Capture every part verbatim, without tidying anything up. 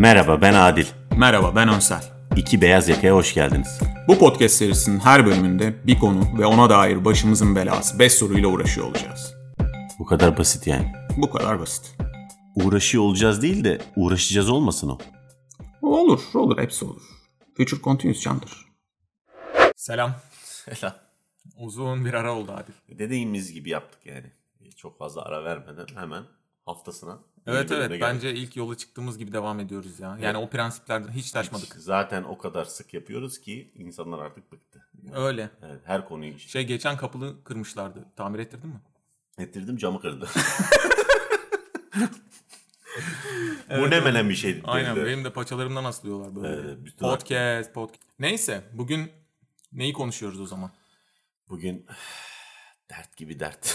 Merhaba, ben Adil. Merhaba, ben Önsel. İki Beyaz Yaka'ya hoş geldiniz. Bu podcast serisinin her bölümünde bir konu ve ona dair başımızın belası beş soruyla uğraşıyor olacağız. Bu kadar basit yani. Bu kadar basit. Uğraşıyor olacağız değil de uğraşacağız olmasın o. Olur, olur, hepsi olur. Future Continuous candır. Selam. Selam. Uzun bir ara oldu Adil. Dediğimiz gibi yaptık yani. Çok fazla ara vermeden hemen haftasına. Evet evet geldik. Bence ilk yola çıktığımız gibi devam ediyoruz ya. Yani evet. O prensiplerden hiç taşmadık. Hiç, zaten o kadar sık yapıyoruz ki insanlar artık bıktı. Yani öyle. Evet, her konuyu işte. Şey geçen kapını kırmışlardı. Tamir ettirdin mi? Ettirdim, camı kırdı. Evet, bu ne menen bir şeydi. Aynen de. Benim de paçalarımdan aslıyorlar böyle. Evet, podcast, podcast. Neyse bugün neyi konuşuyoruz o zaman? Bugün dert gibi dert.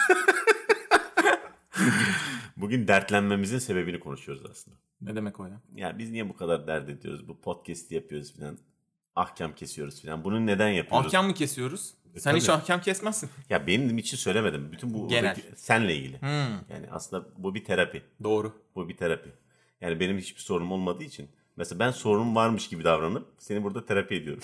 Bugün dertlenmemizin sebebini konuşuyoruz aslında. Ne demek o ya? Ya biz niye bu kadar dert ediyoruz? Bu podcast'i yapıyoruz falan. Ahkam kesiyoruz falan. Bunu neden yapıyoruz? Ahkam mı kesiyoruz? E, Sen tabii. Hiç ahkam kesmezsin. Ya benim için söylemedim. Bütün bu genel. Senle ilgili. Hmm. Yani aslında bu bir terapi. Doğru. Bu bir terapi. Yani benim hiçbir sorunum olmadığı için. Mesela ben sorunum varmış gibi davranıp seni burada terapi ediyorum.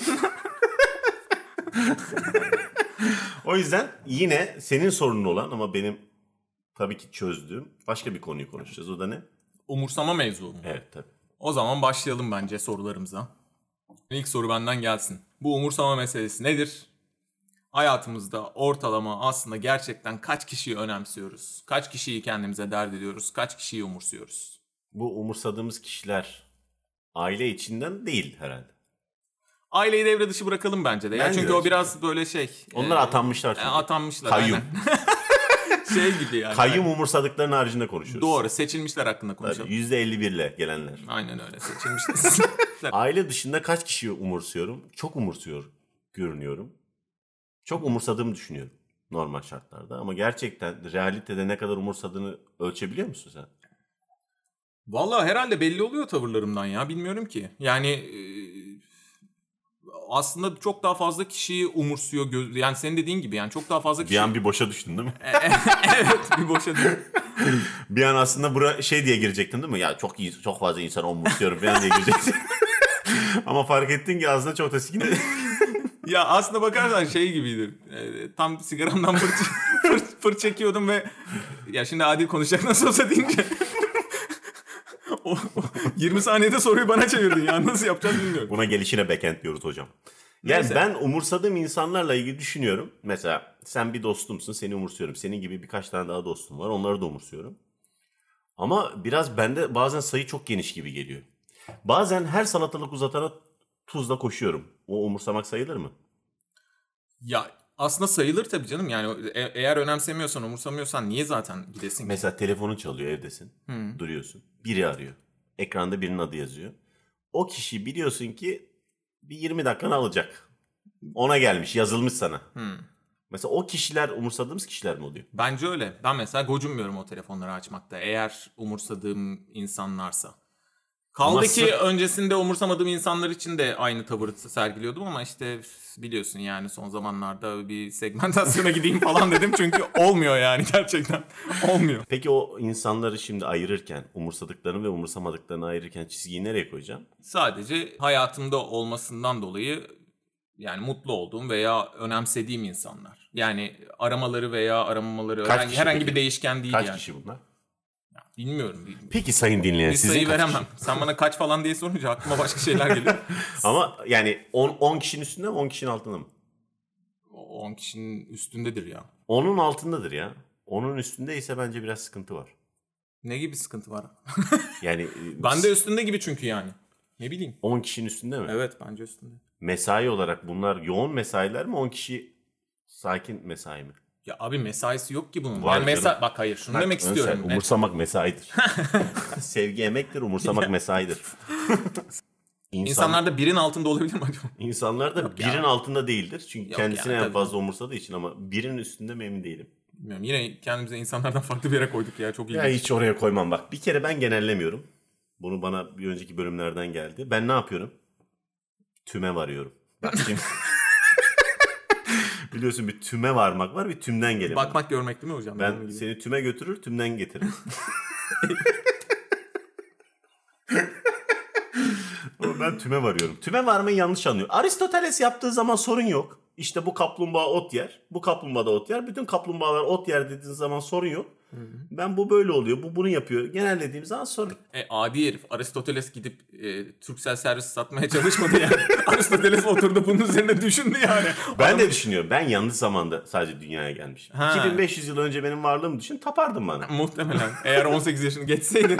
O yüzden yine senin sorunun olan ama benim tabii ki çözdüğüm başka bir konuyu konuşacağız. O da ne? Umursama mevzu mu? Evet tabii. O zaman başlayalım bence sorularımıza. İlk soru benden gelsin. Bu umursama meselesi nedir? Hayatımızda ortalama aslında gerçekten kaç kişiyi önemsiyoruz? Kaç kişiyi kendimize dert ediyoruz? Kaç kişiyi umursuyoruz? Bu umursadığımız kişiler aile içinden değil herhalde. Aileyi devre dışı bırakalım bence de. Ya çünkü o biraz böyle şey. Onlar e, atanmışlar çünkü. Atanmışlar. Kayyum. Şey gibi yani. Kayyum umursadıkların haricinde konuşuyoruz. Doğru. Seçilmişler hakkında konuşalım. Tabii, yüzde elli bir ile gelenler. Aynen öyle. Seçilmişler. Aile dışında kaç kişiyi umursuyorum? Çok umursuyor görünüyorum. Çok umursadığımı düşünüyorum normal şartlarda. Ama gerçekten realitede ne kadar umursadığını ölçebiliyor musun sen? Vallahi herhalde belli oluyor tavırlarımdan ya. Bilmiyorum ki. Yani e, aslında çok daha fazla kişiyi umursuyor. Göz, yani senin dediğin gibi yani çok daha fazla kişi... Bir an bir boşa düştün değil mi? Evet, bir boşa düştüm. Bir an aslında bura şey diye girecektin değil mi? Ya çok iyi, çok fazla insan umursuyorum falan diye girecektin. Ama fark ettin ki aslında çok da sikine. Ya aslında bakarsan şey gibiydi. E, tam sigaramdan fır, fır, fır çekiyordum ve ya şimdi Adil konuşacak nasıl olsa deyince o, o yirmi saniyede soruyu bana çevirdin ya. Nasıl yapacağız bilmiyorum. Buna gelişine backend diyoruz hocam. Yani neyse. Ben umursadığım insanlarla ilgili düşünüyorum. Mesela sen bir dostumsun, seni umursuyorum. Senin gibi birkaç tane daha dostum var, onları da umursuyorum. Ama biraz bende bazen sayı çok geniş gibi geliyor. Bazen her salatalık uzatana tuzla koşuyorum. O umursamak sayılır mı? Ya aslında sayılır tabii canım. Yani e- eğer önemsemiyorsan, umursamıyorsan niye zaten gidesin ki? Mesela telefonun çalıyor, evdesin. Hmm. Duruyorsun. Biri arıyor. Ekranda birinin adı yazıyor. O kişi biliyorsun ki bir yirmi dakikanı alacak. Ona gelmiş, yazılmış sana. Hmm. Mesela o kişiler umursadığımız kişiler mi oluyor? Bence öyle. Ben mesela gocunmuyorum o telefonları açmakta. Eğer umursadığım insanlarsa. Kaldı ama ki sırf... öncesinde umursamadığım insanlar için de aynı tavır sergiliyordum ama işte biliyorsun yani son zamanlarda bir segmentasyona gideyim falan dedim çünkü olmuyor yani gerçekten olmuyor. Peki o insanları şimdi ayırırken, umursadıklarını ve umursamadıklarını ayırırken çizgiyi nereye koyacaksın? Sadece hayatımda olmasından dolayı yani mutlu olduğum veya önemsediğim insanlar. Yani aramaları veya aramamaları herhangi, herhangi bir değişken değil kaç yani. Kaç kişi bunlar? Bilmiyorum. Peki sayın dinleyen bir sizin sayı kaç veremem. Kişi? Sen bana kaç falan diye sorunca aklıma başka şeyler geliyor. Ama yani on kişinin üstünde mi on kişinin altında mı? on kişinin üstündedir ya. onun altındadır ya. onun üstündeyse bence biraz sıkıntı var. Ne gibi sıkıntı var? Yani ben de üstünde gibi çünkü yani. Ne bileyim. on kişinin üstünde mi? Evet bence üstünde. Mesai olarak bunlar yoğun mesailer mi on kişi sakin mesai mi? Ya abi mesaisi yok ki bunun. Var yani mesa- Bak hayır şunu Bak, demek istiyorum. Sen, umursamak mesaidir. Sevgi emektir, umursamak mesaidir. İnsan, İnsanlarda birin altında olabilir mi acaba? İnsanlar da yok birin ya. altında değildir. Çünkü yok kendisine yani, en fazla tabii. umursadığı için ama birin üstünde mi emin değilim. Bilmiyorum. Yine kendimize insanlardan farklı bir yere koyduk ya. Çok iyi. Ya hiç oraya koymam bak. Bir kere ben genellemiyorum. Bunu bana bir önceki bölümlerden geldi. Ben ne yapıyorum? Tüme varıyorum. Bak şimdi. Biliyorsun bir tüme varmak var, bir tümden geliyor. Bakmak görmek değil mi hocam? Ben seni tüme götürür, tümden getiririm. Ben tüme varıyorum. Tüme varmayı yanlış anlıyor. Aristoteles yaptığı zaman sorun yok. İşte bu kaplumbağa ot yer. Bu kaplumbağa da ot yer. Bütün kaplumbağalar ot yer dediğin zaman sorun yok. Hı hı. Ben bu böyle oluyor. Bu bunu yapıyor. Genellediğim zaman sorun. E, adi herif. Aristoteles gidip e, Turkcell servis satmaya çalışmadı yani. Aristoteles oturdu bunun üzerine düşündü yani. Ben Adam... de düşünüyorum. Ben yanlış zamanda sadece dünyaya gelmişim. Ha. iki bin beş yüz yıl önce benim varlığımı düşün. Tapardın bana. Muhtemelen. Eğer on sekiz yaşını geçseydin.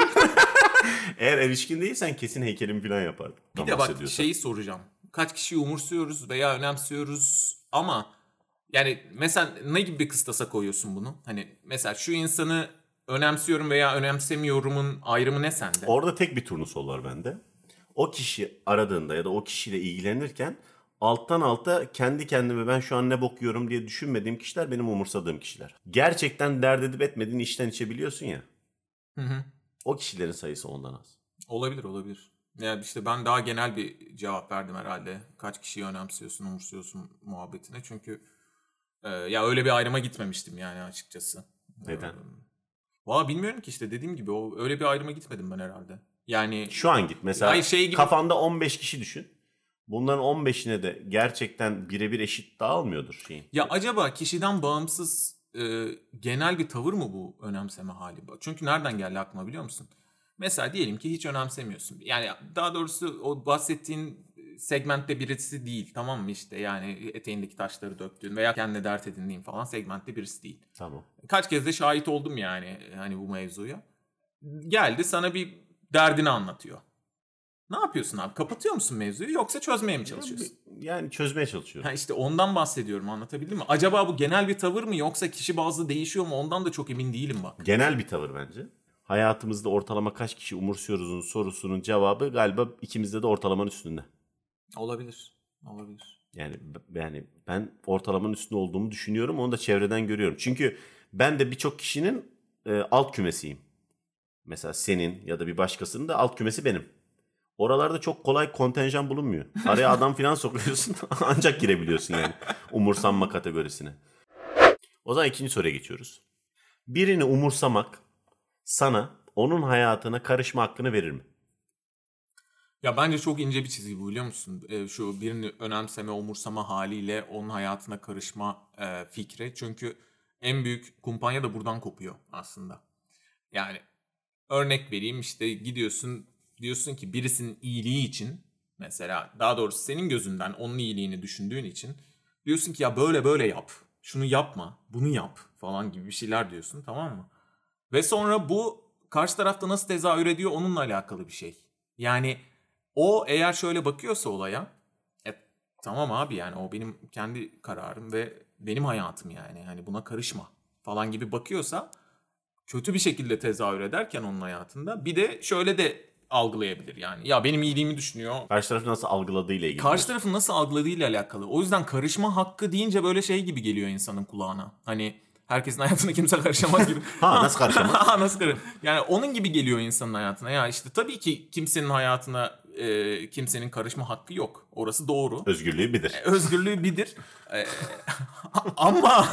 Eğer erişkin değilsen kesin heykelimi falan yapardın. Bir de bak şeyi soracağım. Kaç kişiyi umursuyoruz veya önemsiyoruz ama yani mesela ne gibi bir kıstasa koyuyorsun bunu? Hani mesela şu insanı önemsiyorum veya önemsemiyorumun ayrımı ne sende? Orada tek bir turnusol var bende. O kişi aradığında ya da o kişiyle ilgilenirken alttan alta kendi kendime ben şu an ne bokuyorum diye düşünmediğim kişiler benim umursadığım kişiler. Gerçekten dert edip etmediğini içten içe biliyorsun ya. Hı hı. O kişilerin sayısı ondan az. Olabilir olabilir. Yani işte ben daha genel bir cevap verdim herhalde. Kaç kişiyi önemsiyorsun, umursuyorsun muhabbetine. Çünkü e, ya öyle bir ayrıma gitmemiştim yani açıkçası. Neden? E, Valla bilmiyorum ki işte dediğim gibi o öyle bir ayrıma gitmedim ben herhalde. Yani şu an git mesela hayır, şey gibi... kafanda on beş kişi düşün. Bunların on beşine de gerçekten birebir eşit dağılmıyordur şeyin. Ya acaba kişiden bağımsız e, genel bir tavır mı bu önemseme hali? Çünkü nereden geldi aklıma biliyor musun? Mesela diyelim ki hiç önemsemiyorsun. Yani daha doğrusu o bahsettiğin segmentte birisi değil, tamam mı işte? Yani eteğindeki taşları döktüğün veya kendine dert edindiğin falan segmentte birisi değil. Tamam. Kaç kez de şahit oldum yani hani bu mevzuya. Geldi sana bir derdini anlatıyor. Ne yapıyorsun abi? Kapatıyor musun mevzuyu yoksa çözmeye mi çalışıyorsun? Yani çözmeye çalışıyorum. Ha işte ondan bahsediyorum, anlatabildim mi? Acaba bu genel bir tavır mı yoksa kişi bazlı değişiyor mu? Ondan da çok emin değilim bak. Genel bir tavır bence. Hayatımızda ortalama kaç kişi umursuyoruzun sorusunun cevabı galiba ikimizde de ortalamanın üstünde. Olabilir. Olabilir. Yani yani ben ortalamanın üstünde olduğumu düşünüyorum. Onu da çevreden görüyorum. Çünkü ben de birçok kişinin e, alt kümesiyim. Mesela senin ya da bir başkasının da alt kümesi benim. Oralarda çok kolay kontenjan bulunmuyor. Araya adam falan sokuyorsun ancak girebiliyorsun yani umursanma kategorisine. O zaman ikinci soruya geçiyoruz. Birini umursamak sana onun hayatına karışma hakkını verir mi? Ya bence çok ince bir çizgi bu, biliyor musun? E, şu birini önemseme, umursama haliyle onun hayatına karışma e, fikri. Çünkü en büyük kumpanya da buradan kopuyor aslında. Yani örnek vereyim, işte gidiyorsun diyorsun ki birisinin iyiliği için, mesela daha doğrusu senin gözünden onun iyiliğini düşündüğün için diyorsun ki ya böyle böyle yap, şunu yapma, bunu yap falan gibi bir şeyler diyorsun, tamam mı? Ve sonra bu karşı tarafta nasıl tezahür ediyor onunla alakalı bir şey. Yani o eğer şöyle bakıyorsa olaya, e, tamam abi yani o benim kendi kararım ve benim hayatım yani hani buna karışma falan gibi bakıyorsa kötü bir şekilde tezahür ederken onun hayatında bir de şöyle de algılayabilir yani. Ya benim iyiliğimi düşünüyor. Karşı tarafın nasıl algıladığıyla ilgili. Karşı tarafın nasıl algıladığıyla alakalı. O yüzden karışma hakkı deyince böyle şey gibi geliyor insanın kulağına. Hani herkesin hayatına kimse karışamaz gibi. ha nasıl karışamaz? ha nasıl karışamaz? Yani onun gibi geliyor insanın hayatına. Ya işte tabii ki kimsenin hayatına e, kimsenin karışma hakkı yok. Orası doğru. Özgürlüğü bilir. E, özgürlüğü bilir. E, ama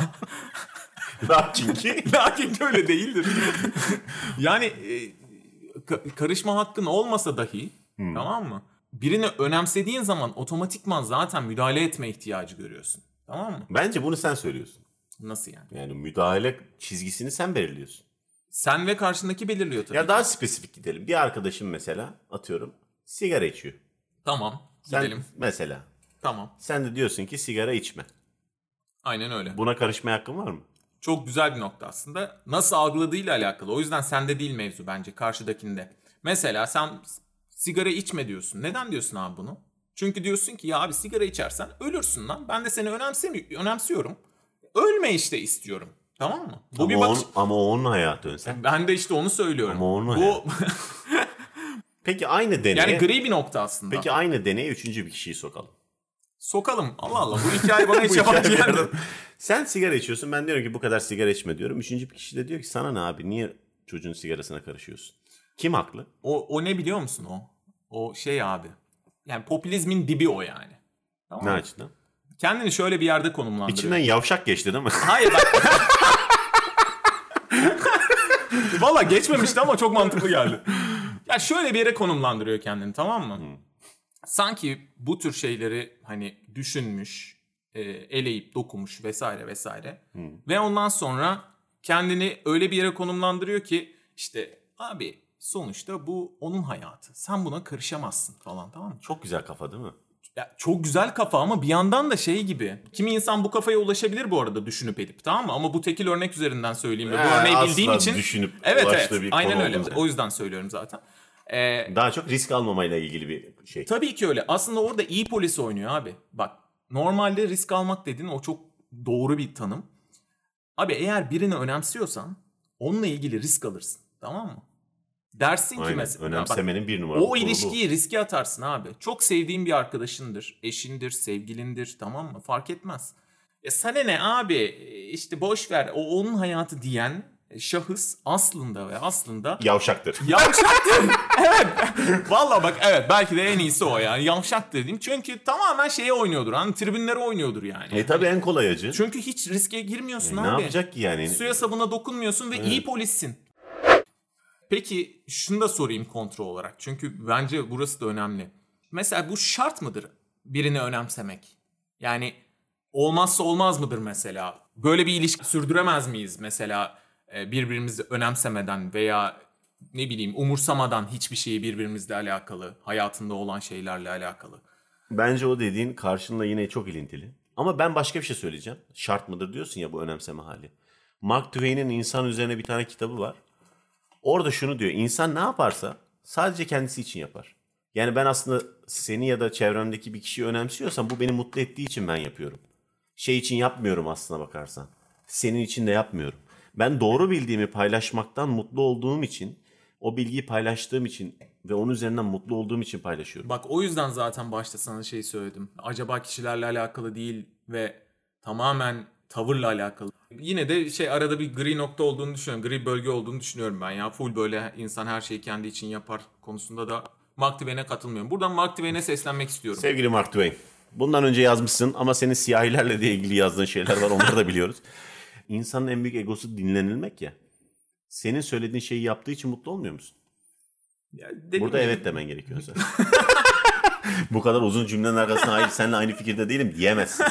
lakin ki lakin ki öyle değildir. yani e, karışma hakkın olmasa dahi hmm. tamam mı? Birini önemsediğin zaman otomatikman zaten müdahale etme ihtiyacı görüyorsun. Tamam mı? Bence bunu sen söylüyorsun. Nasıl yani? Yani müdahale çizgisini sen belirliyorsun. Sen ve karşındaki belirliyor tabii. Ya ki. Daha spesifik gidelim. Bir arkadaşım mesela atıyorum sigara içiyor. Tamam. Sen gidelim. Mesela. Tamam. Sen de diyorsun ki sigara içme. Aynen öyle. Buna karışmaya hakkın var mı? Çok güzel bir nokta aslında. Nasıl algıladığıyla alakalı. O yüzden sende değil mevzu bence, karşıdakinde. Mesela sen sigara içme diyorsun. Neden diyorsun abi bunu? Çünkü diyorsun ki ya abi sigara içersen ölürsün lan. Ben de seni önemsemi- önemsiyorum. Ölme işte istiyorum. Tamam mı? Bu ama, bir bakış... on, ama onun hayatı önsen. Ben de işte onu söylüyorum. Ama onun Bu... Peki aynı deneye... Yani gri bir nokta aslında. Peki aynı deneye üçüncü bir kişiyi sokalım. Sokalım. Allah Allah. Bu hikaye bana hiç yabancı geldi. Sen sigara içiyorsun. Ben diyorum ki bu kadar sigara içme diyorum. Üçüncü bir kişi de diyor ki sana ne abi? Niye çocuğun sigarasına karışıyorsun? Kim haklı? O, o ne biliyor musun o? O şey abi. Yani popülizmin dibi o yani. Tamam ne mı? Açıdan? Kendini şöyle bir yerde konumlandırıyor. İçinden yavşak geçti değil mi? Hayır bak. Valla geçmemişti ama çok mantıklı geldi. Ya şöyle bir yere konumlandırıyor kendini, tamam mı? Hmm. sanki bu tür şeyleri hani düşünmüş, e, eleyip dokumuş vesaire vesaire. Hmm. Ve ondan sonra kendini öyle bir yere konumlandırıyor ki işte abi sonuçta bu onun hayatı. Sen buna karışamazsın falan, tamam mı? Çok güzel kafa değil mi? Ya çok güzel kafa ama bir yandan da şey gibi. Kimi insan bu kafaya ulaşabilir bu arada düşünüp edip, tamam mı? Ama bu tekil örnek üzerinden söyleyeyim. Ee, bu örneği bildiğim için. Düşünüp evet evet. Aynen öyle. Yani. O yüzden söylüyorum zaten. Ee, Daha çok risk almamayla ilgili bir şey. Tabii ki öyle. Aslında orada iyi polis oynuyor abi. Bak normalde risk almak dediğin o çok doğru bir tanım. Abi eğer birini önemsiyorsan onunla ilgili risk alırsın. Tamam mı? Dersin Aynen. ki mesela. Önemsemenin bak, bir numaralı o ilişkiyi bu. riske atarsın abi. Çok sevdiğin bir arkadaşındır, eşindir, sevgilindir, tamam mı? Fark etmez. E sana ne abi işte boş ver o onun hayatı diyen şahıs aslında ve aslında yavşaktır. Yavşaktır. Evet. Vallahi bak evet belki de en iyisi o yani. Yavşak dediğim. Çünkü tamamen şeye oynuyordur. Hani tribünlere oynuyordur yani. E tabii en kolay acı. Çünkü hiç riske girmiyorsun e, abi. Ne yapacak ki yani? Suya sabuna dokunmuyorsun ve evet. iyi polissin. Peki şunu da sorayım kontrol olarak. Çünkü bence burası da önemli. Mesela bu şart mıdır birini önemsemek? Yani olmazsa olmaz mıdır mesela? Böyle bir ilişki sürdüremez miyiz mesela birbirimizi önemsemeden veya ne bileyim umursamadan hiçbir şeyi birbirimizle alakalı, hayatında olan şeylerle alakalı? Bence o dediğin karşınla yine çok ilintili. Ama ben başka bir şey söyleyeceğim. Şart mıdır diyorsun ya bu önemseme hali. Mark Twain'in İnsan Üzerine bir tane kitabı var. Orada şunu diyor. İnsan ne yaparsa sadece kendisi için yapar. Yani ben aslında seni ya da çevremdeki bir kişiyi önemsiyorsam bu beni mutlu ettiği için ben yapıyorum. Şey için yapmıyorum aslına bakarsan. Senin için de yapmıyorum. Ben doğru bildiğimi paylaşmaktan mutlu olduğum için, o bilgiyi paylaştığım için ve onun üzerinden mutlu olduğum için paylaşıyorum. Bak o yüzden zaten başta sana şey söyledim. Acaba kişilerle alakalı değil ve tamamen tavırla alakalı. Yine de şey arada bir gri nokta olduğunu düşünüyorum. Gri bölge olduğunu düşünüyorum ben ya. Full böyle insan her şeyi kendi için yapar konusunda da Mark Twain'e katılmıyorum. Buradan Mark Twain'e seslenmek istiyorum. Sevgili Mark Twain. Bundan önce yazmışsın ama senin siyahilerle de ilgili yazdığın şeyler var. Onları da biliyoruz. İnsanın en büyük egosu dinlenilmek ya. Senin söylediğin şeyi yaptığı için mutlu olmuyor musun? Ya, burada mi? Evet demen gerekiyor zaten. Bu kadar uzun cümlenin arkasına hayır seninle aynı fikirde değilim diyemezsin.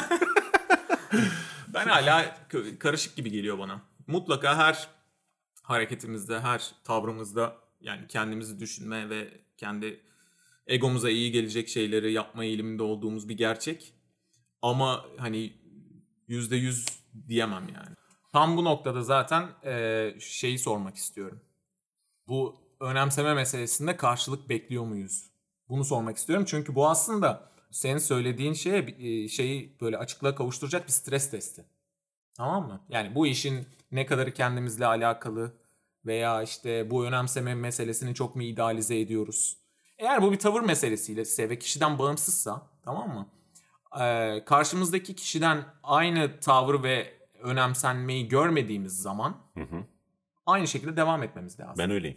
Ben hala karışık gibi geliyor bana. Mutlaka her hareketimizde, her tavrımızda yani kendimizi düşünme ve kendi egomuza iyi gelecek şeyleri yapma eğiliminde olduğumuz bir gerçek. Ama hani yüzde yüz diyemem yani. Tam bu noktada zaten e, şeyi sormak istiyorum. Bu önemseme meselesinde karşılık bekliyor muyuz? Bunu sormak istiyorum. Çünkü bu aslında senin söylediğin şeye şeyi böyle açıklığa kavuşturacak bir stres testi. Tamam mı? Yani bu işin ne kadarı kendimizle alakalı veya işte bu önemseme meselesini çok mu idealize ediyoruz? Eğer bu bir tavır meselesiyle ve kişiden bağımsızsa, tamam mı? Ee, karşımızdaki kişiden aynı tavır ve önemsenmeyi görmediğimiz zaman hı hı. aynı şekilde devam etmemiz lazım. Ben öyleyim.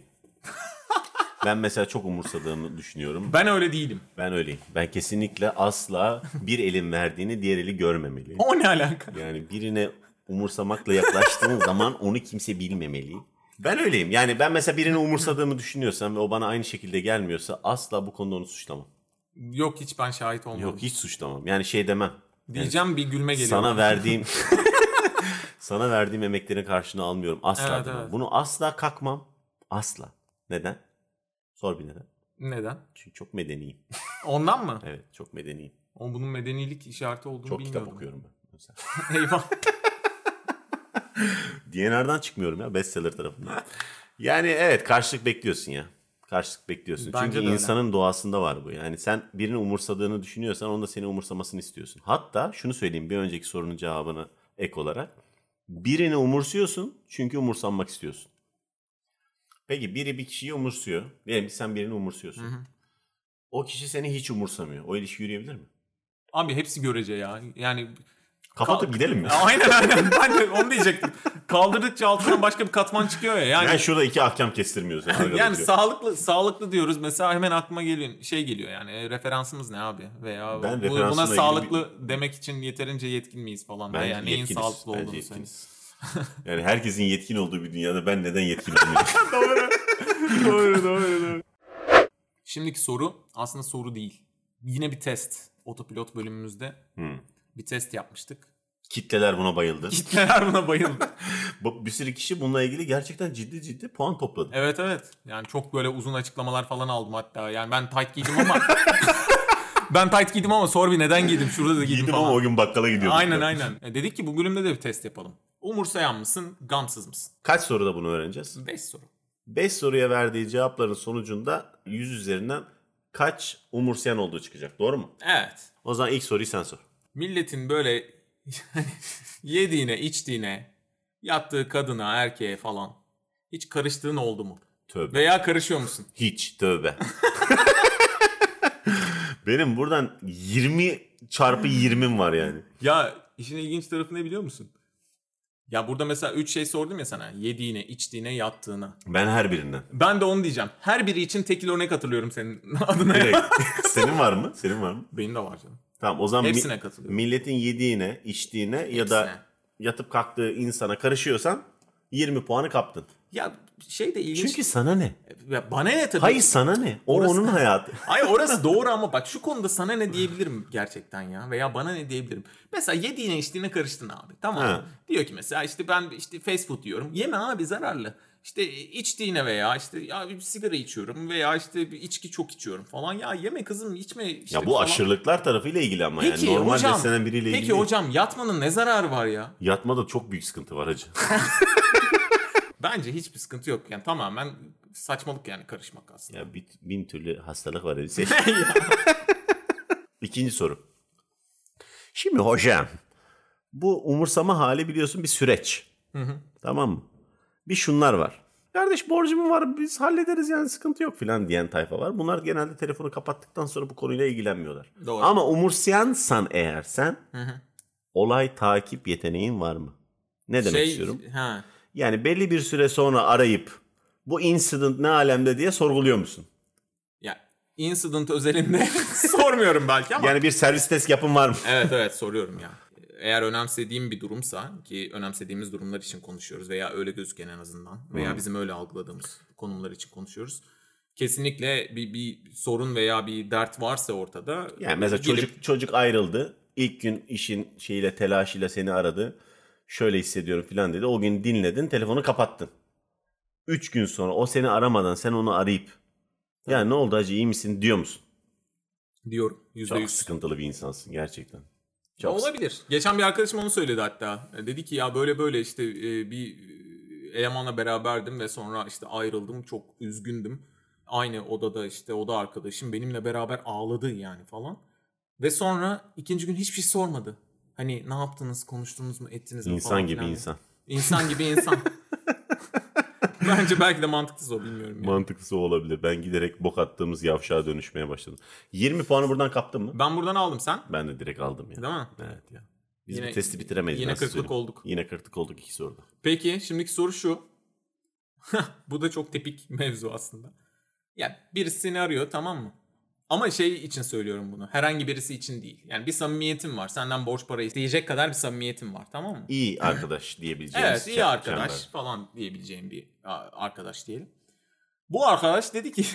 Ben mesela çok umursadığımı düşünüyorum. Ben öyle değilim. Ben öyleyim. Ben kesinlikle asla bir elin verdiğini diğer eli görmemeli. O ne alaka? Yani birine umursamakla yaklaştığın zaman onu kimse bilmemeli. Ben öyleyim. Yani ben mesela birini umursadığımı düşünüyorsam ve o bana aynı şekilde gelmiyorsa asla bu konuda onu suçlamam. Yok hiç ben şahit olmadım. Yok hiç suçlamam. Yani şey demem. Diyeceğim yani, bir gülme geliyor. Sana bana. verdiğim sana verdiğim emeklerin karşılığını almıyorum. Asla evet, demem. Evet. Bunu asla kakmam. Asla. Neden? Sor bir neden. Neden? Çünkü çok medeniyim. Ondan mı? Evet çok medeniyim. O bunun medenilik işareti olduğunu çok bilmiyordum. Çok kitap okuyorum ben. Mesela. Eyvah. D and R'dan çıkmıyorum ya bestseller tarafından. Yani evet karşılık bekliyorsun ya. Karşılık bekliyorsun. Bence Çünkü insanın öyle. Doğasında var bu. Yani sen birini umursadığını düşünüyorsan onun da seni umursamasını istiyorsun. Hatta şunu söyleyeyim bir önceki sorunun cevabına ek olarak. Birini umursuyorsun çünkü umursanmak istiyorsun. Peki biri bir kişiyi umursuyor. Diyelim ki sen birini umursuyorsun. Hı hı. O kişi seni hiç umursamıyor. O ilişki yürüyebilir mi? Abi hepsi görece ya. Yani kapatıp Kal- gidelim mi? Aynen aynen. Ben de onu diyecektim. Kaldırdıkça altından başka bir katman çıkıyor ya. Yani, yani şurada iki ahkam kestirmiyoruz. Yani, yani sağlıklı sağlıklı diyoruz. Mesela hemen aklıma geliyor şey geliyor yani. E, referansımız ne abi? Veya ben bu, buna sağlıklı bir... demek için yeterince yetkin miyiz falan. Bence yani neyin sağlıklı olduğunu yetkiniz. Yani herkesin yetkin olduğu bir dünyada ben neden yetkin olmuyorum? doğru. doğru doğru doğru. Şimdiki soru aslında soru değil. yine bir test. Otopilot bölümümüzde Hmm. bir test yapmıştık. Kitleler buna bayıldı. Kitleler buna bayıldı. Bir sürü kişi bununla ilgili gerçekten ciddi ciddi puan topladı. Evet evet. Yani çok böyle uzun açıklamalar falan aldım hatta. Yani ben tight giydim ama... ben tight giydim ama sor bir neden giydim. Şurada da giydim Giydim falan. ama o gün bakkala gidiyorduk. Aynen aynen. E dedik ki bu bölümde de bir test yapalım. Umursayan mısın, gamsız mısın? Kaç soruda bunu öğreneceğiz? beş soru. beş soruya verdiği cevapların sonucunda yüz üzerinden kaç umursayan olduğu çıkacak. Doğru mu? Evet. O zaman ilk soruyu sen sor. Milletin böyle yediğine, içtiğine, yattığı kadına, erkeğe falan hiç karıştığın oldu mu? Tövbe. Veya karışıyor musun? Hiç, tövbe. Benim buradan yirmi çarpı yirmim var yani. Ya işin ilginç tarafı ne biliyor musun? Ya burada mesela üç şey sordum ya sana. Yediğine, içtiğine, yattığına. Ben her birinden. Ben de onu diyeceğim. Her biri için tekil örnek hatırlıyorum senin adına. Direkt. Senin var mı? Senin var mı? Benim de var canım. Tamam o zaman Hepsine mi- katılıyorum. milletin yediğine, içtiğine ya da Hepsine. yatıp kalktığı insana karışıyorsan yirmi puanı kaptın. Ya şey de ilginç. Çünkü sana ne? Ya bana ne tabii. Hayır sana ne? O Orası- onun hayatı. Hayır orası doğru ama bak şu konuda sana ne diyebilirim gerçekten ya. Veya bana ne diyebilirim. Mesela yediğine içtiğine karıştın abi. Tamam mı? Ha. Diyor ki mesela işte ben işte fast food yiyorum. Yeme abi zararlı. İşte içtiğine veya işte ya bir sigara içiyorum veya işte bir içki çok içiyorum falan. Ya yeme kızım içme işte Ya bu falan. aşırılıklar tarafıyla ilgili ama Peki yani normal hocam, beslenen biriyle ilgili. peki hocam yatmanın ne zararı var ya? Yatmada çok büyük sıkıntı var hacı. Bence hiçbir sıkıntı yok. Yani tamamen saçmalık yani karışmak aslında. Ya bin, bin türlü hastalık var hacı. İkinci soru. Şimdi hocam bu umursama hali biliyorsun bir süreç. Hı hı. Tamam mı? Bir şunlar var. Kardeş borcum var biz hallederiz yani sıkıntı yok filan diyen tayfa var. Bunlar genelde telefonu kapattıktan sonra bu konuyla ilgilenmiyorlar. Doğru. Ama umursayansan eğer sen Hı hı. olay takip yeteneğin var mı? Ne demek Şey, istiyorum? ha. Yani belli bir süre sonra arayıp bu incident ne alemde diye sorguluyor musun? Ya incident özelinde sormuyorum belki ama. Yani bir servis test yapın var mı? Evet evet soruyorum ya. Eğer önemsediğim bir durumsa ki önemsediğimiz durumlar için konuşuyoruz veya öyle gözüken en azından veya Hmm. bizim öyle algıladığımız konumlar için konuşuyoruz. Kesinlikle bir, bir sorun veya bir dert varsa ortada. Yani mesela gelip- çocuk çocuk ayrıldı. İlk gün işin şeyiyle telaşıyla seni aradı. Şöyle hissediyorum falan dedi. O gün dinledin, telefonu kapattın. Üç gün sonra o seni aramadan sen onu arayıp ya ne oldu hacı iyi misin diyor musun? diyorum. yüzde Çok yüz. sıkıntılı bir insansın gerçekten. Ya Çok olabilir. Geçen bir arkadaşım onu söyledi hatta. Dedi ki ya böyle böyle işte e, bir elemanla beraberdim ve sonra işte ayrıldım. Çok üzgündüm. Aynı odada işte oda arkadaşım benimle beraber ağladı yani falan. Ve sonra ikinci gün hiçbir şey sormadı. Hani ne yaptınız, konuştunuz mu, ettiniz mi İnsan falan gibi filan. insan. İnsan gibi insan. Bence belki de mantıksız o bilmiyorum. Yani. Mantıklısı o olabilir. Ben giderek bok attığımız yavşağa dönüşmeye başladım. yirmi puanı buradan kaptın mı? Ben buradan aldım sen. Ben de direkt aldım ya. Değil mi? Evet ya. Biz Yine- bu testi bitiremeyiz. yine ben size kırklık söyleyeyim. olduk. Yine kırklık olduk iki soruda. Peki şimdiki soru şu. Bu da çok tipik mevzu aslında. Ya birisi seni arıyor tamam mı? Ama şey için söylüyorum bunu. Herhangi birisi için değil. Yani bir samimiyetin var. Senden borç para isteyecek kadar bir samimiyetin var tamam mı? İyi arkadaş diyebileceğimiz. Evet iyi çem- arkadaş çember. falan diyebileceğim bir a- arkadaş diyelim. Bu arkadaş dedi ki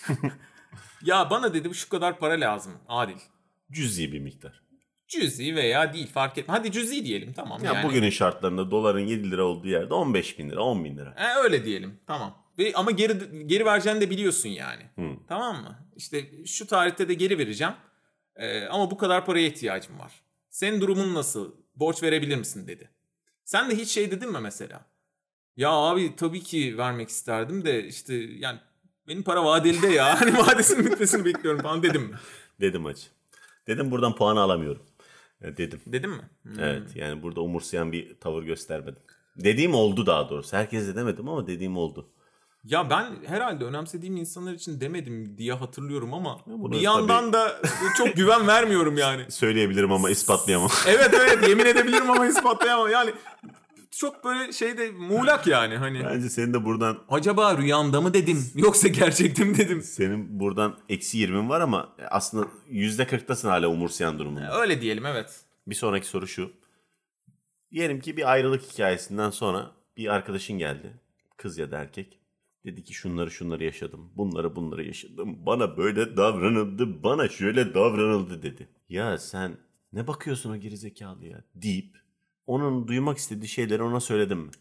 ya bana dedi şu kadar para lazım Adil. Cüzi bir miktar. Cüzi veya değil fark etmez. Hadi cüzi diyelim tamam. Ya yani. bugünün şartlarında doların yedi lira olduğu yerde on beş bin lira, on bin lira. E, öyle diyelim tamam. Ve ama geri geri vereceğini de biliyorsun yani. Hı. Tamam mı? İşte şu tarihte de geri vereceğim. Ee, ama bu kadar paraya ihtiyacım var. Senin durumun nasıl? Borç verebilir misin dedi. Sen de hiç şey dedin mi mesela? Ya abi tabii ki vermek isterdim de işte yani benim para vadeli de ya. Hani vadesinin bitmesini bekliyorum falan dedim mi? Dedim hacı. Dedim buradan puanı alamıyorum. E, Dedim. Dedim mi? Hmm. Evet yani burada umursayan bir tavır göstermedim. Dediğim oldu daha doğrusu. Herkese demedim ama dediğim oldu. Ya ben herhalde önemsediğim insanlar için demedim diye hatırlıyorum ama bunu bir yandan da çok güven vermiyorum yani. Söyleyebilirim ama ispatlayamam. Evet evet yemin edebilirim ama ispatlayamam. Yani çok böyle şeyde muğlak yani hani. Bence senin de buradan Acaba rüyamda mı dedim yoksa gerçekte mi dedim? senin buradan eksi yirmin var ama aslında yüzde kırktasın hala umursayan durumunda. Öyle diyelim evet. Bir sonraki soru şu. Diyelim ki bir ayrılık hikayesinden sonra bir arkadaşın geldi. Kız ya da erkek. Dedi ki şunları şunları yaşadım. Bunları bunları yaşadım. Bana böyle davranıldı. Bana şöyle davranıldı dedi. Ya sen ne bakıyorsun o gerizekalıya deyip onun duymak istediği şeyleri ona söyledim mi?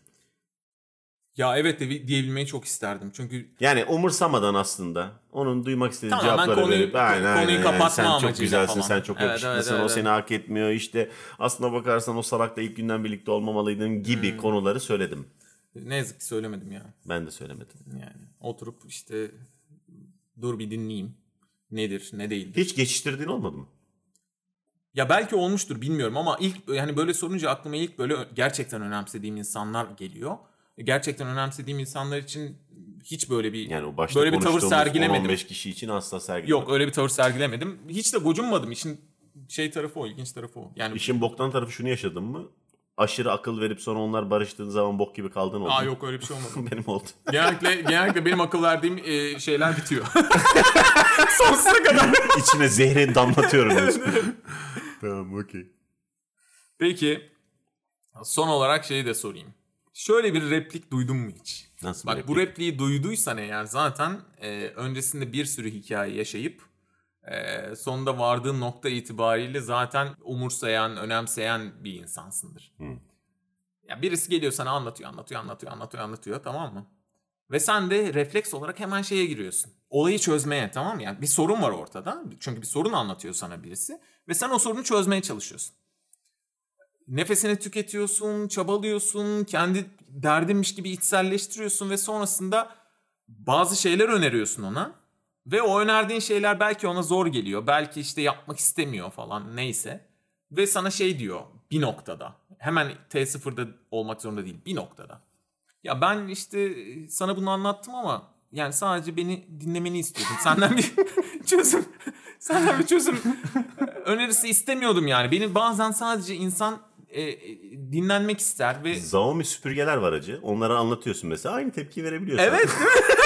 Ya evet de diyebilmeyi çok isterdim. Çünkü yani umursamadan aslında onun duymak istediği tamamen cevapları konuyu, verip aynen, konuyu aynen, kapatma sen çok amacıyla güzelsin, falan. sen çok Evet, yakışıklısın, evet, o evet, seni evet. hak etmiyor. İşte aslına bakarsan o salakla ilk günden birlikte olmamalıydın gibi hmm. konuları söyledim. Ne yazık ki söylemedim ya. Ben de söylemedim. Yani oturup işte dur bir dinleyeyim. Nedir, ne değildir. Hiç geçiştirdiğin olmadı mı? Ya belki olmuştur bilmiyorum ama ilk yani böyle sorunca aklıma ilk böyle gerçekten önemsediğim insanlar geliyor. Gerçekten önemsediğim insanlar için hiç böyle bir yani o böyle bir tavır sergilemedim. on on beş kişi için asla sergilemedim. Yok öyle bir tavır sergilemedim. Hiç de gocunmadım. İşin şey tarafı o, ilginç tarafı o. Yani İşin boktan tarafı şunu yaşadın mı? Aşırı akıl verip sonra onlar barıştığın zaman bok gibi kaldın oldu. Aa yok öyle bir şey olmadı. Benim oldu. Genellikle genellikle benim akıl verdiğim e, şeyler bitiyor. Sonsuza kadar. İçine zehri damlatıyorum diyorsun. Tamam, okey. Peki son olarak şeyi de sorayım. Şöyle bir replik duydun mu hiç? Nasıl Bak replik? bu repliği duyduysan eğer zaten e, öncesinde bir sürü hikaye yaşayıp e, sonunda vardığın nokta itibariyle zaten umursayan, önemseyen bir insansındır. Hmm. Ya birisi geliyor sana anlatıyor, anlatıyor, anlatıyor, anlatıyor, anlatıyor, tamam mı? Ve sen de refleks olarak hemen şeye giriyorsun. Olayı çözmeye, tamam mı? Yani bir sorun var ortada. Çünkü bir sorun anlatıyor sana birisi ve sen o sorunu çözmeye çalışıyorsun. Nefesini tüketiyorsun, çabalıyorsun, kendi derdinmiş gibi içselleştiriyorsun ve sonrasında bazı şeyler öneriyorsun ona. Ve o önerdiğin şeyler belki ona zor geliyor, belki işte yapmak istemiyor falan neyse. Ve sana şey diyor bir noktada, hemen T sıfırda olmak zorunda değil, bir noktada. Ya ben işte sana bunu anlattım ama yani sadece beni dinlemeni istiyordum. Senden bir çözüm, senden bir çözüm önerisi istemiyordum yani. Beni bazen sadece insan E, dinlenmek ister ve... Xiaomi süpürgeler var acı. Onlara anlatıyorsun mesela. Aynı tepki verebiliyorsun. Evet değil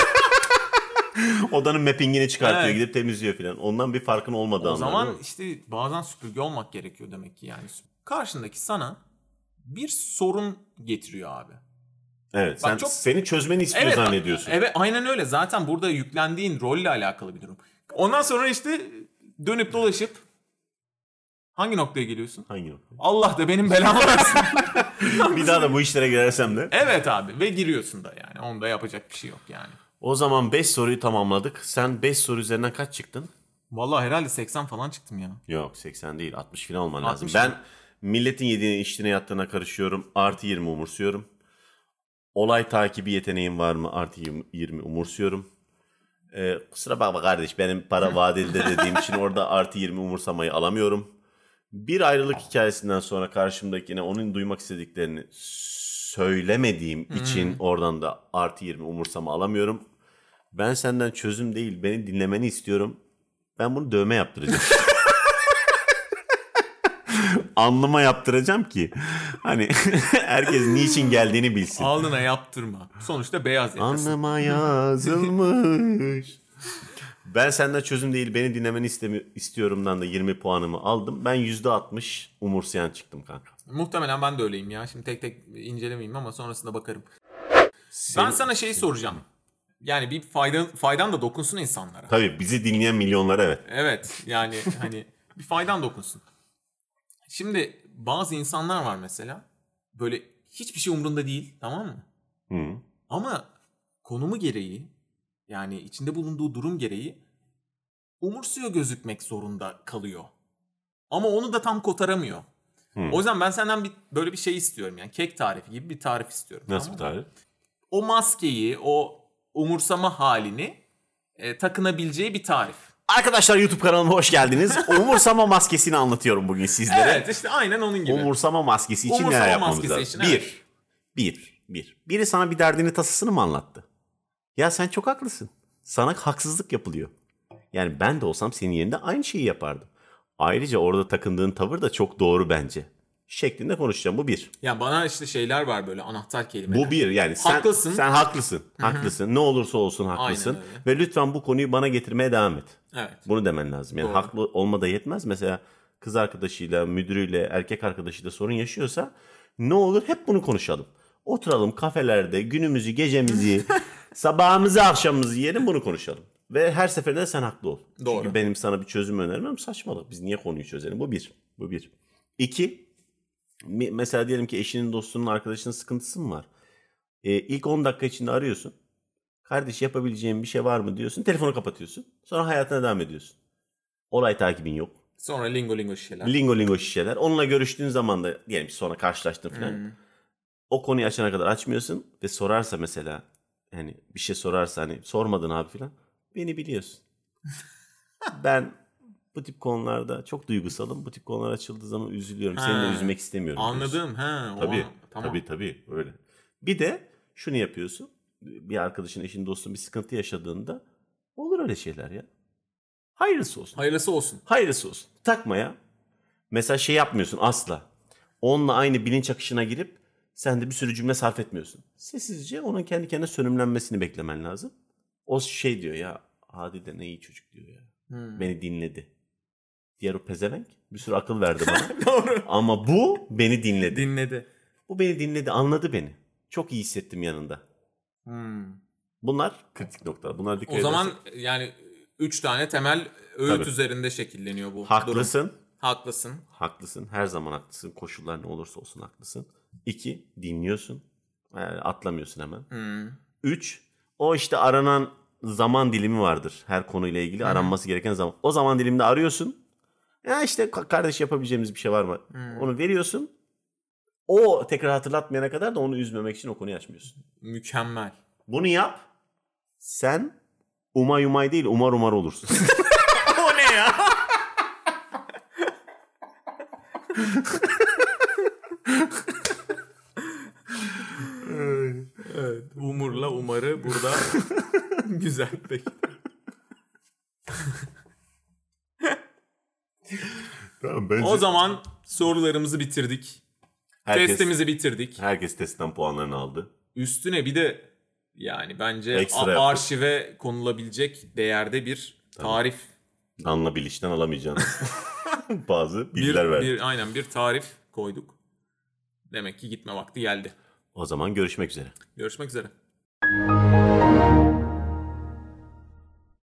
mi? Odanın mappingini çıkartıyor. Evet. Gidip temizliyor falan. Ondan bir farkın olmadığı O zaman işte bazen süpürge olmak gerekiyor demek ki yani. Karşındaki sana bir sorun getiriyor abi. Evet. Bak, sen çok... seni çözmeni istiyor evet, zannediyorsun. Evet aynen öyle. Zaten burada yüklendiğin rolle alakalı bir durum. Ondan sonra işte dönüp dolaşıp hangi noktaya geliyorsun? Hangi noktaya? Allah da benim belamı versin. Bir daha da bu işlere girersem de. Evet abi ve giriyorsun da yani. Onda yapacak bir şey yok yani. O zaman beş soruyu tamamladık. Sen beş soru üzerinden kaç çıktın? Vallahi herhalde seksen falan çıktım ya. Yok seksen değil, altmış falan olman lazım. Ben mi? Milletin yediğine içtiğine yattığına karışıyorum. Artı yirmi umursuyorum. Olay takibi yeteneğim var mı? Artı yirmi umursuyorum. Ee, kusura bakma kardeş, benim para vadeli de dediğim için orada artı yirmi umursamayı alamıyorum. Bir ayrılık hikayesinden sonra karşımdakine onun duymak istediklerini söylemediğim hmm. için oradan da artı yirmi umursama alamıyorum. Ben senden çözüm değil, beni dinlemeni istiyorum. Ben bunu dövme yaptıracağım. Alnıma yaptıracağım ki hani herkes niçin geldiğini bilsin. Alnına yaptırma. Sonuçta beyaz yakasın. Alnıma yazılmış. Ben senden çözüm değil, beni dinlemeni istemi- istiyorumdan da yirmi puanımı aldım. Ben yüzde altmış umursayan çıktım kanka. Muhtemelen ben de öyleyim ya. Şimdi tek tek incelemeyeyim ama sonrasında bakarım. Sen... Ben sana şey soracağım. Yani bir faydan, faydan da dokunsun insanlara. Tabii bizi dinleyen milyonlara evet. Evet yani hani bir faydan dokunsun. Şimdi bazı insanlar var mesela. Böyle hiçbir şey umrunda değil, tamam mı? Hı. Ama konumu gereği, yani içinde bulunduğu durum gereği umursuyor gözükmek zorunda kalıyor. Ama onu da tam kotaramıyor. Hmm. O yüzden ben senden bir böyle bir şey istiyorum yani kek tarifi gibi bir tarif istiyorum. Nasıl tamam bir tarif? O maskeyi, o umursama halini e, takınabileceği bir tarif. Arkadaşlar YouTube kanalıma hoş geldiniz. Umursama maskesini anlatıyorum bugün sizlere. Evet işte aynen onun gibi. Umursama maskesi için umursama neler yapmamız lazım? Için, bir, evet. bir, bir. Biri sana bir derdini tasasını mı anlattı? Ya sen çok haklısın. Sana haksızlık yapılıyor. Yani ben de olsam senin yerinde aynı şeyi yapardım. Ayrıca orada takındığın tavır da çok doğru bence. Şeklinde konuşacağım. Bu bir. Ya bana işte şeyler var böyle anahtar kelimeler. Bu bir yani. Sen haklısın. Sen haklısın. Hı-hı. Haklısın. Ne olursa olsun haklısın. Ve lütfen bu konuyu bana getirmeye devam et. Evet. Bunu demen lazım. Yani doğru. Haklı olma da yetmez. Mesela kız arkadaşıyla, müdürüyle, erkek arkadaşıyla sorun yaşıyorsa ne olur hep bunu konuşalım. Oturalım kafelerde günümüzü, gecemizi Sabahımızı akşamımızı yiyelim, bunu konuşalım. Ve her seferinde sen haklı ol. Doğru. Çünkü benim sana bir çözüm önermem saçmalık. Biz niye konuyu çözelim? Bu bir. Bu bir. İki. Mesela diyelim ki eşinin, dostunun, arkadaşının sıkıntısı mı var? Ee, ilk on dakika içinde arıyorsun. Kardeş yapabileceğin bir şey var mı diyorsun. Telefonu kapatıyorsun. Sonra hayatına devam ediyorsun. Olay takibin yok. Sonra lingo lingo şişeler. Lingo lingo şişeler. Onunla görüştüğün zaman da diyelim ki sonra karşılaştın falan. Hmm. O konuyu açana kadar açmıyorsun. Ve sorarsa mesela hani bir şey sorarsa hani sormadın abi falan. Beni biliyorsun. Ben bu tip konularda çok duygusalım. Bu tip konular açıldığı zaman üzülüyorum. Seni de üzmek istemiyorum. Anladım. He, tabii, o, tamam. tabii tabii öyle. Bir de şunu yapıyorsun. Bir arkadaşın, eşin, dostun bir sıkıntı yaşadığında olur öyle şeyler ya. Hayırlısı olsun. Hayırlısı olsun. Hayırlısı olsun. Takma ya. Mesela şey yapmıyorsun asla. Onunla aynı bilinç akışına girip sen de bir sürü cümle sarf etmiyorsun. Sessizce onun kendi kendine sönümlenmesini beklemen lazım. O şey diyor ya, hadi de ne iyi çocuk diyor ya. Hmm. Beni dinledi. Diğer o pezevenk bir sürü akıl verdi bana. Doğru. Ama bu beni dinledi. Dinledi. Bu beni dinledi, anladı beni. Çok iyi hissettim yanında. Hmm. Bunlar kritik noktalar. Bunlar dikkat O zaman edersin. yani üç tane temel öğüt Tabii. üzerinde şekilleniyor bu Haklısın. durum. Haklısın. Haklısın. Her zaman haklısın. Koşullar ne olursa olsun haklısın. İki, dinliyorsun. Yani atlamıyorsun hemen. Hmm. Üç, o işte aranan zaman dilimi vardır. Her konuyla ilgili hmm. aranması gereken zaman. O zaman diliminde arıyorsun. Ya işte kardeş yapabileceğimiz bir şey var mı? Hmm. Onu veriyorsun. O tekrar hatırlatmayana kadar da onu üzmemek için o konuyu açmıyorsun. Mükemmel. Bunu yap. Sen umay umay değil umar umar olursun. O ne ya? Evet, umurla umarı burada güzel peki. Tamam, bence... O zaman sorularımızı bitirdik. Herkes, Testimizi bitirdik. Herkes testten puanlarını aldı. Üstüne bir de yani bence a- arşive konulabilecek değerde bir tarif. Danla Bilic'ten alamayacağın bazı bilgiler bir, verdik. Bir, aynen bir tarif koyduk. Demek ki gitme vakti geldi. O zaman görüşmek üzere. Görüşmek üzere.